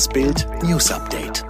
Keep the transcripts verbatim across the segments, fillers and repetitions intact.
Das Bild News Update.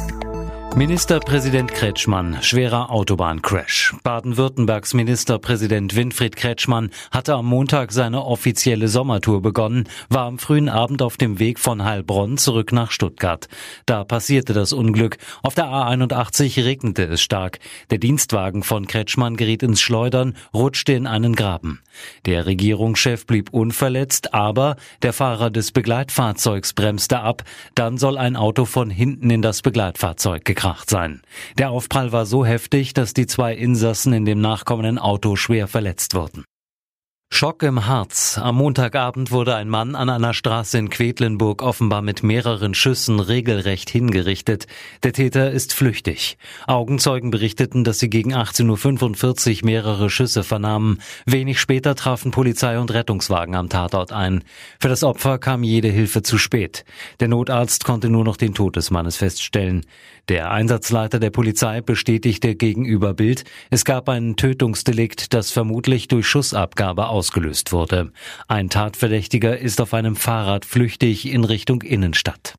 Ministerpräsident Kretschmann, schwerer Autobahncrash. Baden-Württembergs Ministerpräsident Winfried Kretschmann hatte am Montag seine offizielle Sommertour begonnen, war am frühen Abend auf dem Weg von Heilbronn zurück nach Stuttgart. Da passierte das Unglück. Auf der A einundachtzig regnete es stark. Der Dienstwagen von Kretschmann geriet ins Schleudern, rutschte in einen Graben. Der Regierungschef blieb unverletzt, aber der Fahrer des Begleitfahrzeugs bremste ab. Dann soll ein Auto von hinten in das Begleitfahrzeug gekracht sein. Der Aufprall war so heftig, dass die zwei Insassen in dem nachkommenden Auto schwer verletzt wurden. Schock im Harz. Am Montagabend wurde ein Mann an einer Straße in Quedlinburg offenbar mit mehreren Schüssen regelrecht hingerichtet. Der Täter ist flüchtig. Augenzeugen berichteten, dass sie gegen achtzehn Uhr fünfundvierzig mehrere Schüsse vernahmen. Wenig später trafen Polizei und Rettungswagen am Tatort ein. Für das Opfer kam jede Hilfe zu spät. Der Notarzt konnte nur noch den Tod des Mannes feststellen. Der Einsatzleiter der Polizei bestätigte gegenüber Bild, es gab ein Tötungsdelikt, das vermutlich durch Schussabgabe ausgelöst wurde. Ein Tatverdächtiger ist auf einem Fahrrad flüchtig in Richtung Innenstadt.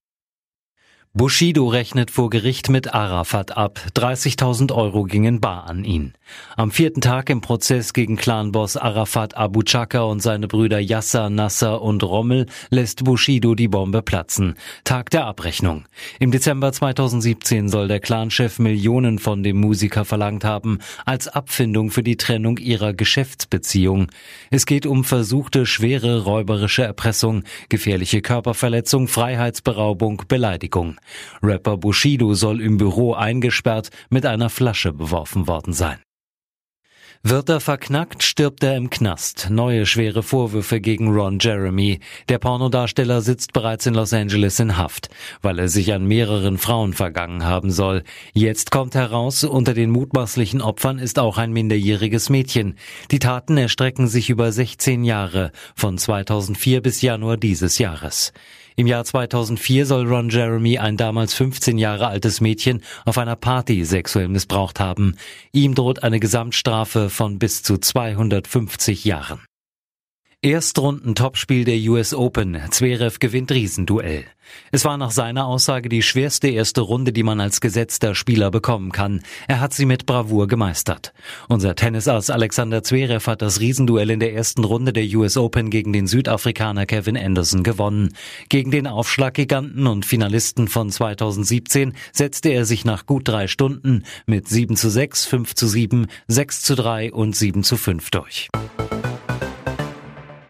Bushido rechnet vor Gericht mit Arafat ab. dreißigtausend Euro gingen bar an ihn. Am vierten Tag im Prozess gegen Clanboss Arafat Abu Chaka und seine Brüder Yasser, Nasser und Rommel lässt Bushido die Bombe platzen. Tag der Abrechnung. Im Dezember zweitausendsiebzehn soll der Clanchef Millionen von dem Musiker verlangt haben, als Abfindung für die Trennung ihrer Geschäftsbeziehung. Es geht um versuchte schwere räuberische Erpressung, gefährliche Körperverletzung, Freiheitsberaubung, Beleidigung. Rapper Bushido soll im Büro eingesperrt mit einer Flasche beworfen worden sein. Wird er verknackt, stirbt er im Knast. Neue schwere Vorwürfe gegen Ron Jeremy. Der Pornodarsteller sitzt bereits in Los Angeles in Haft, weil er sich an mehreren Frauen vergangen haben soll. Jetzt kommt heraus, unter den mutmaßlichen Opfern ist auch ein minderjähriges Mädchen. Die Taten erstrecken sich über sechzehn Jahre, von zweitausendvier bis Januar dieses Jahres. Im Jahr zweitausendvier soll Ron Jeremy ein damals fünfzehn Jahre altes Mädchen auf einer Party sexuell missbraucht haben. Ihm droht eine Gesamtstrafe von bis zu zweihundertfünfzig Jahren. Erstrunden-Topspiel der U S Open. Zverev gewinnt Riesenduell. Es war nach seiner Aussage die schwerste erste Runde, die man als gesetzter Spieler bekommen kann. Er hat sie mit Bravour gemeistert. Unser Tennisass Alexander Zverev hat das Riesenduell in der ersten Runde der U S Open gegen den Südafrikaner Kevin Anderson gewonnen. Gegen den Aufschlaggiganten und Finalisten von zweitausendsiebzehn setzte er sich nach gut drei Stunden mit sieben zu sechs, fünf zu sieben, sechs zu drei und sieben zu fünf durch.